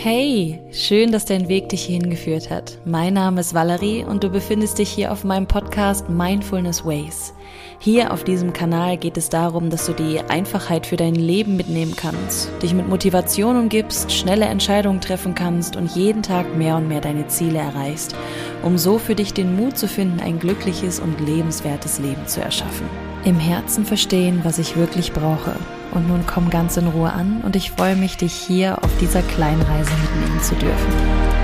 Hey, schön, dass dein Weg dich hierhin geführt hat. Mein Name ist Valerie und du befindest dich hier auf meinem Podcast Mindfulness Ways. Hier auf diesem Kanal geht es darum, dass du die Einfachheit für dein Leben mitnehmen kannst, dich mit Motivation umgibst, schnelle Entscheidungen treffen kannst und jeden Tag mehr und mehr deine Ziele erreichst, um so für dich den Mut zu finden, ein glückliches und lebenswertes Leben zu erschaffen. Im Herzen verstehen, was ich wirklich brauche. Und nun komm ganz in Ruhe an und ich freue mich, dich hier auf dieser kleinen Reise mitnehmen zu dürfen.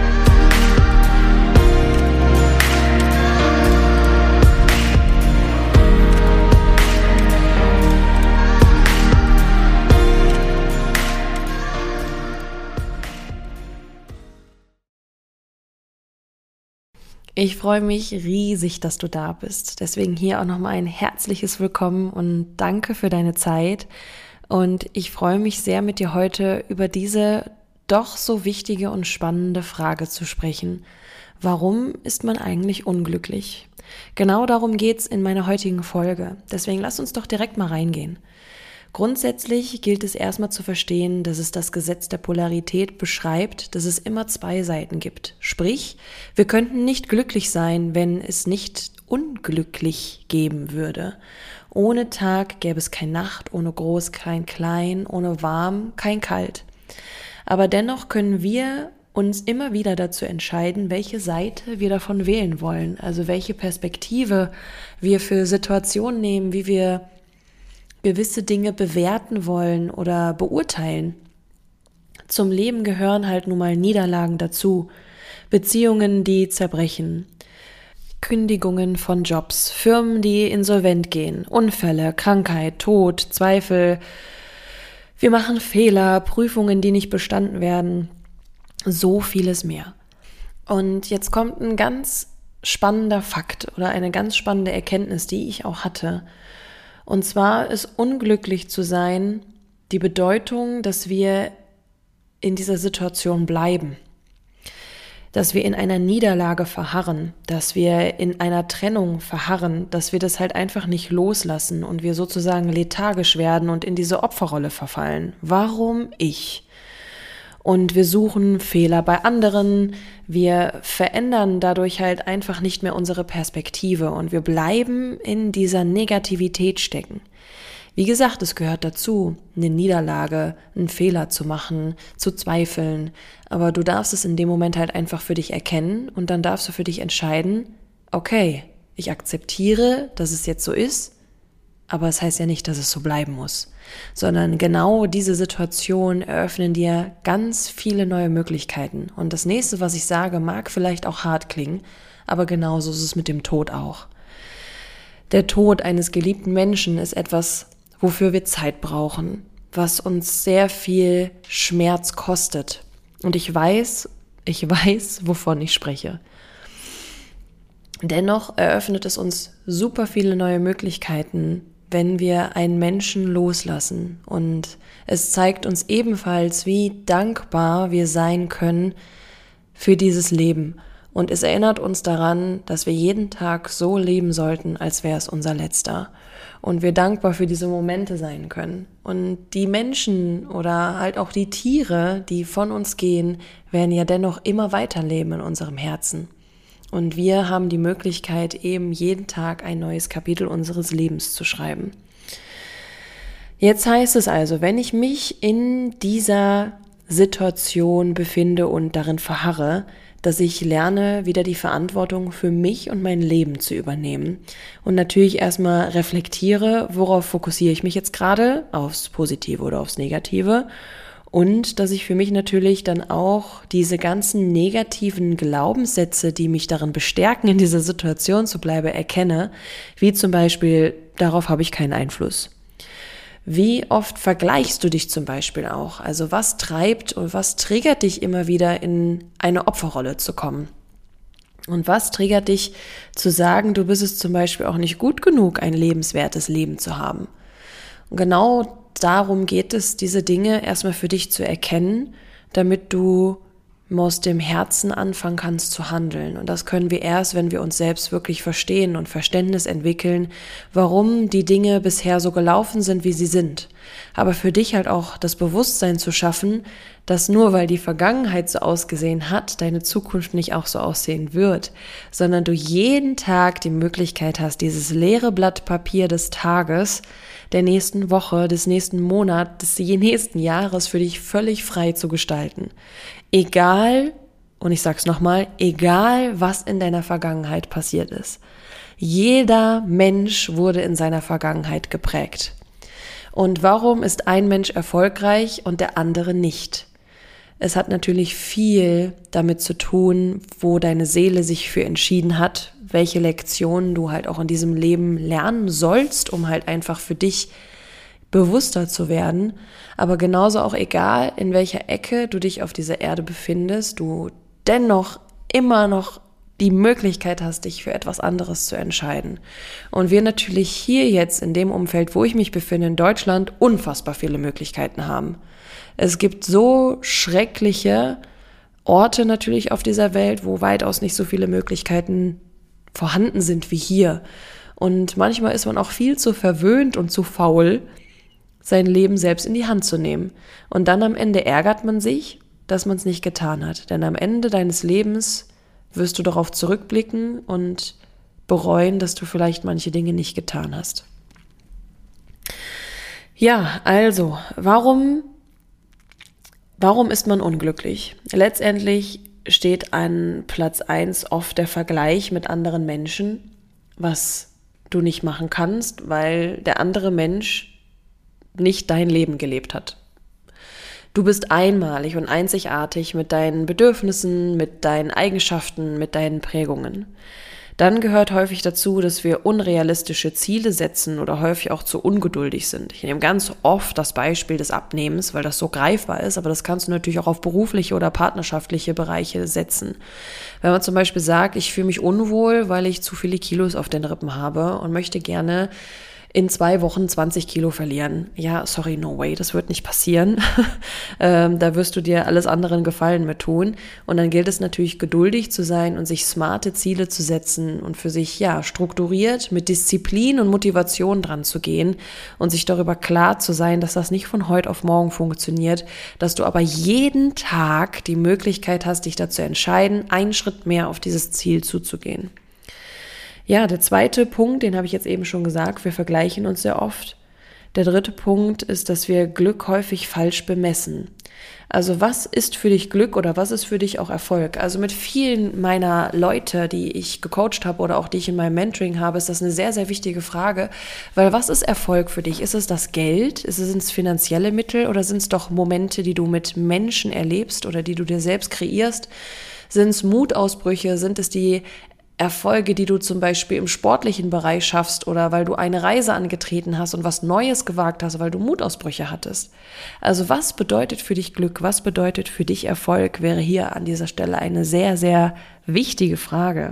Ich freue mich riesig, dass du da bist. Deswegen hier auch nochmal ein herzliches Willkommen und danke für deine Zeit. Und ich freue mich sehr, mit dir heute über diese doch so wichtige und spannende Frage zu sprechen. Warum ist man eigentlich unglücklich? Genau darum geht's in meiner heutigen Folge. Deswegen lass uns doch direkt mal reingehen. Grundsätzlich gilt es erstmal zu verstehen, dass es das Gesetz der Polarität beschreibt, dass es immer zwei Seiten gibt. Sprich, wir könnten nicht glücklich sein, wenn es nicht unglücklich geben würde. Ohne Tag gäbe es kein Nacht, ohne groß kein klein, ohne warm kein kalt. Aber dennoch können wir uns immer wieder dazu entscheiden, welche Seite wir davon wählen wollen. Also welche Perspektive wir für Situationen nehmen, wie wir gewisse Dinge bewerten wollen oder beurteilen. Zum Leben gehören halt nun mal Niederlagen dazu, Beziehungen, die zerbrechen, Kündigungen von Jobs, Firmen, die insolvent gehen, Unfälle, Krankheit, Tod, Zweifel, wir machen Fehler, Prüfungen, die nicht bestanden werden, so vieles mehr. Und jetzt kommt ein ganz spannender Fakt oder eine ganz spannende Erkenntnis, die ich auch hatte. Und zwar ist unglücklich zu sein die Bedeutung, dass wir in dieser Situation bleiben, dass wir in einer Niederlage verharren, dass wir in einer Trennung verharren, dass wir das halt einfach nicht loslassen und wir sozusagen lethargisch werden und in diese Opferrolle verfallen. Warum ich? Und wir suchen Fehler bei anderen, wir verändern dadurch halt einfach nicht mehr unsere Perspektive und wir bleiben in dieser Negativität stecken. Wie gesagt, es gehört dazu, eine Niederlage, einen Fehler zu machen, zu zweifeln, aber du darfst es in dem Moment halt einfach für dich erkennen und dann darfst du für dich entscheiden, okay, ich akzeptiere, dass es jetzt so ist, aber es heißt ja nicht, dass es so bleiben muss, sondern genau diese Situation eröffnen dir ganz viele neue Möglichkeiten. Und das nächste, was ich sage, mag vielleicht auch hart klingen, aber genauso ist es mit dem Tod auch. Der Tod eines geliebten Menschen ist etwas, wofür wir Zeit brauchen, was uns sehr viel Schmerz kostet. Und ich weiß, wovon ich spreche. Dennoch eröffnet es uns super viele neue Möglichkeiten, wenn wir einen Menschen loslassen. Und es zeigt uns ebenfalls, wie dankbar wir sein können für dieses Leben. Und es erinnert uns daran, dass wir jeden Tag so leben sollten, als wäre es unser letzter. Und wir dankbar für diese Momente sein können. Und die Menschen oder halt auch die Tiere, die von uns gehen, werden ja dennoch immer weiterleben in unserem Herzen. Und wir haben die Möglichkeit, eben jeden Tag ein neues Kapitel unseres Lebens zu schreiben. Jetzt heißt es also, wenn ich mich in dieser Situation befinde und darin verharre, dass ich lerne, wieder die Verantwortung für mich und mein Leben zu übernehmen. Und natürlich erstmal reflektiere, worauf fokussiere ich mich jetzt gerade, aufs Positive oder aufs Negative. Und dass ich für mich natürlich dann auch diese ganzen negativen Glaubenssätze, die mich darin bestärken, in dieser Situation zu bleiben, erkenne, wie zum Beispiel, darauf habe ich keinen Einfluss. Wie oft vergleichst du dich zum Beispiel auch? Also was treibt und was triggert dich immer wieder in eine Opferrolle zu kommen? Und was triggert dich zu sagen, du bist es zum Beispiel auch nicht gut genug, ein lebenswertes Leben zu haben? Und genau darum geht es, diese Dinge erstmal für dich zu erkennen, damit du aus dem Herzen anfangen kannst zu handeln. Und das können wir erst, wenn wir uns selbst wirklich verstehen und Verständnis entwickeln, warum die Dinge bisher so gelaufen sind, wie sie sind. Aber für dich halt auch das Bewusstsein zu schaffen, dass nur weil die Vergangenheit so ausgesehen hat, deine Zukunft nicht auch so aussehen wird, sondern du jeden Tag die Möglichkeit hast, dieses leere Blatt Papier des Tages, der nächsten Woche, des nächsten Monats, des nächsten Jahres für dich völlig frei zu gestalten. Egal, und ich sag's nochmal, egal was in deiner Vergangenheit passiert ist. Jeder Mensch wurde in seiner Vergangenheit geprägt. Und warum ist ein Mensch erfolgreich und der andere nicht? Es hat natürlich viel damit zu tun, wo deine Seele sich für entschieden hat, welche Lektionen du halt auch in diesem Leben lernen sollst, um halt einfach für dich bewusster zu werden, aber genauso auch egal, in welcher Ecke du dich auf dieser Erde befindest, du dennoch immer noch die Möglichkeit hast, dich für etwas anderes zu entscheiden. Und wir natürlich hier jetzt in dem Umfeld, wo ich mich befinde, in Deutschland, unfassbar viele Möglichkeiten haben. Es gibt so schreckliche Orte natürlich auf dieser Welt, wo weitaus nicht so viele Möglichkeiten vorhanden sind wie hier. Und manchmal ist man auch viel zu verwöhnt und zu faul, sein Leben selbst in die Hand zu nehmen. Und dann am Ende ärgert man sich, dass man es nicht getan hat. Denn am Ende deines Lebens wirst du darauf zurückblicken und bereuen, dass du vielleicht manche Dinge nicht getan hast. Ja, also, warum ist man unglücklich? Letztendlich steht an Platz 1 oft der Vergleich mit anderen Menschen, was du nicht machen kannst, weil der andere Mensch nicht dein Leben gelebt hat. Du bist einmalig und einzigartig mit deinen Bedürfnissen, mit deinen Eigenschaften, mit deinen Prägungen. Dann gehört häufig dazu, dass wir unrealistische Ziele setzen oder häufig auch zu ungeduldig sind. Ich nehme ganz oft das Beispiel des Abnehmens, weil das so greifbar ist, aber das kannst du natürlich auch auf berufliche oder partnerschaftliche Bereiche setzen. Wenn man zum Beispiel sagt, ich fühle mich unwohl, weil ich zu viele Kilos auf den Rippen habe und möchte gerne in 2 Wochen 20 Kilo verlieren. Ja, sorry, no way, das wird nicht passieren. Da wirst du dir alles andere einen Gefallen mit tun. Und dann gilt es natürlich, geduldig zu sein und sich smarte Ziele zu setzen und für sich, ja, strukturiert mit Disziplin und Motivation dran zu gehen und sich darüber klar zu sein, dass das nicht von heute auf morgen funktioniert, dass du aber jeden Tag die Möglichkeit hast, dich dazu entscheiden, einen Schritt mehr auf dieses Ziel zuzugehen. Ja, der zweite Punkt, den habe ich jetzt eben schon gesagt, wir vergleichen uns sehr oft. Der dritte Punkt ist, dass wir Glück häufig falsch bemessen. Also was ist für dich Glück oder was ist für dich auch Erfolg? Also mit vielen meiner Leute, die ich gecoacht habe oder auch die ich in meinem Mentoring habe, ist das eine sehr, sehr wichtige Frage, weil was ist Erfolg für dich? Ist es das Geld? Sind es finanzielle Mittel oder sind es doch Momente, die du mit Menschen erlebst oder die du dir selbst kreierst? Sind es Mutausbrüche? Sind es die Erfolge, die du zum Beispiel im sportlichen Bereich schaffst oder weil du eine Reise angetreten hast und was Neues gewagt hast, weil du Mutausbrüche hattest? Also was bedeutet für dich Glück? Was bedeutet für dich Erfolg? Wäre hier an dieser Stelle eine sehr, sehr wichtige Frage.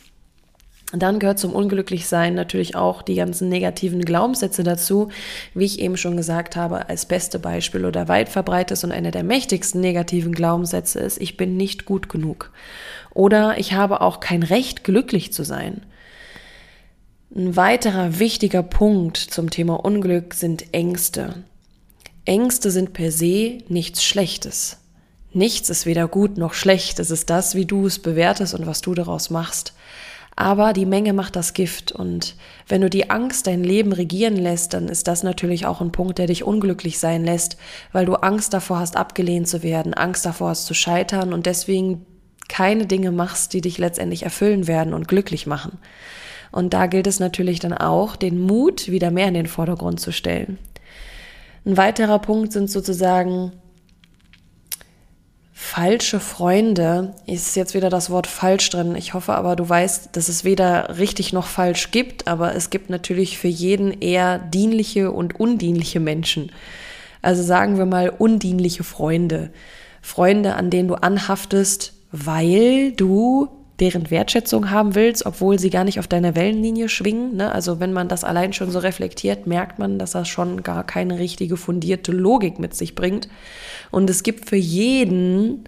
Und dann gehört zum Unglücklichsein natürlich auch die ganzen negativen Glaubenssätze dazu, wie ich eben schon gesagt habe, als beste Beispiel oder weit verbreitet und einer der mächtigsten negativen Glaubenssätze ist, ich bin nicht gut genug. Oder ich habe auch kein Recht, glücklich zu sein. Ein weiterer wichtiger Punkt zum Thema Unglück sind Ängste. Ängste sind per se nichts Schlechtes. Nichts ist weder gut noch schlecht. Es ist das, wie du es bewertest und was du daraus machst. Aber die Menge macht das Gift. Und wenn du die Angst dein Leben regieren lässt, dann ist das natürlich auch ein Punkt, der dich unglücklich sein lässt, weil du Angst davor hast, abgelehnt zu werden, Angst davor hast, zu scheitern und deswegen keine Dinge machst, die dich letztendlich erfüllen werden und glücklich machen. Und da gilt es natürlich dann auch, den Mut wieder mehr in den Vordergrund zu stellen. Ein weiterer Punkt sind sozusagen falsche Freunde. Ist jetzt wieder das Wort falsch drin. Ich hoffe aber, du weißt, dass es weder richtig noch falsch gibt, aber es gibt natürlich für jeden eher dienliche und undienliche Menschen. Also sagen wir mal undienliche Freunde. Freunde, an denen du anhaftest, weil du deren Wertschätzung haben willst, obwohl sie gar nicht auf deiner Wellenlinie schwingen. Ne? Also wenn man das allein schon so reflektiert, merkt man, dass das schon gar keine richtige fundierte Logik mit sich bringt. Und es gibt für jeden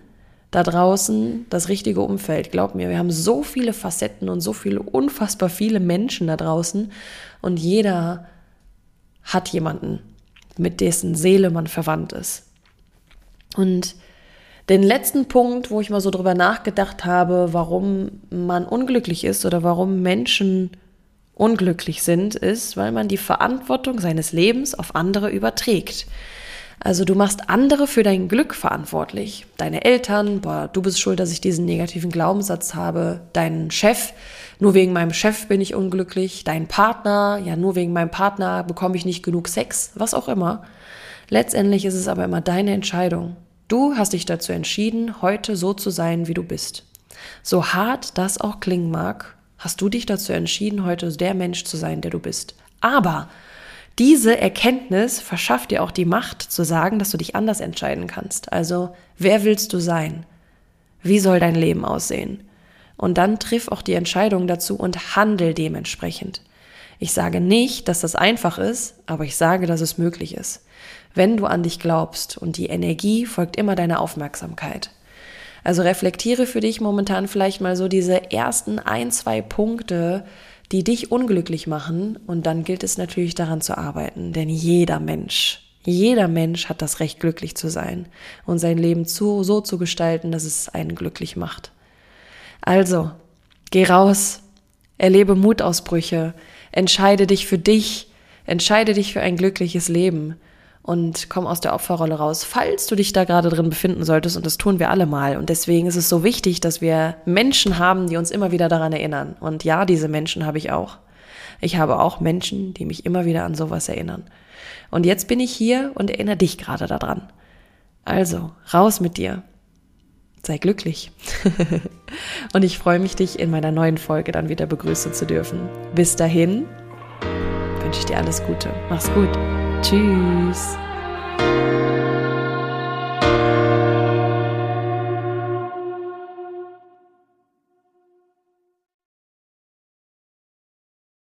da draußen das richtige Umfeld. Glaub mir, wir haben so viele Facetten und so viele, unfassbar viele Menschen da draußen und jeder hat jemanden, mit dessen Seele man verwandt ist. Und den letzten Punkt, wo ich mal so drüber nachgedacht habe, warum man unglücklich ist oder warum Menschen unglücklich sind, ist, weil man die Verantwortung seines Lebens auf andere überträgt. Also du machst andere für dein Glück verantwortlich. Deine Eltern, du bist schuld, dass ich diesen negativen Glaubenssatz habe. Dein Chef, nur wegen meinem Chef bin ich unglücklich. Dein Partner, ja, nur wegen meinem Partner bekomme ich nicht genug Sex, was auch immer. Letztendlich ist es aber immer deine Entscheidung. Du hast dich dazu entschieden, heute so zu sein, wie du bist. So hart das auch klingen mag, hast du dich dazu entschieden, heute der Mensch zu sein, der du bist. Aber diese Erkenntnis verschafft dir auch die Macht zu sagen, dass du dich anders entscheiden kannst. Also, wer willst du sein? Wie soll dein Leben aussehen? Und dann triff auch die Entscheidung dazu und handel dementsprechend. Ich sage nicht, dass das einfach ist, aber ich sage, dass es möglich ist. Wenn du an dich glaubst und die Energie folgt immer deiner Aufmerksamkeit. Also reflektiere für dich momentan vielleicht mal so diese ersten 1, 2 Punkte, die dich unglücklich machen und dann gilt es natürlich daran zu arbeiten, denn jeder Mensch hat das Recht, glücklich zu sein und sein Leben so zu gestalten, dass es einen glücklich macht. Also, geh raus, erlebe Mutausbrüche, entscheide dich für ein glückliches Leben und komm aus der Opferrolle raus, falls du dich da gerade drin befinden solltest und das tun wir alle mal. Und deswegen ist es so wichtig, dass wir Menschen haben, die uns immer wieder daran erinnern. Und ja, diese Menschen habe ich auch. Ich habe auch Menschen, die mich immer wieder an sowas erinnern. Und jetzt bin ich hier und erinnere dich gerade daran. Also, raus mit dir. Sei glücklich. Und ich freue mich, dich in meiner neuen Folge dann wieder begrüßen zu dürfen. Bis dahin wünsche ich dir alles Gute. Mach's gut. Tschüss.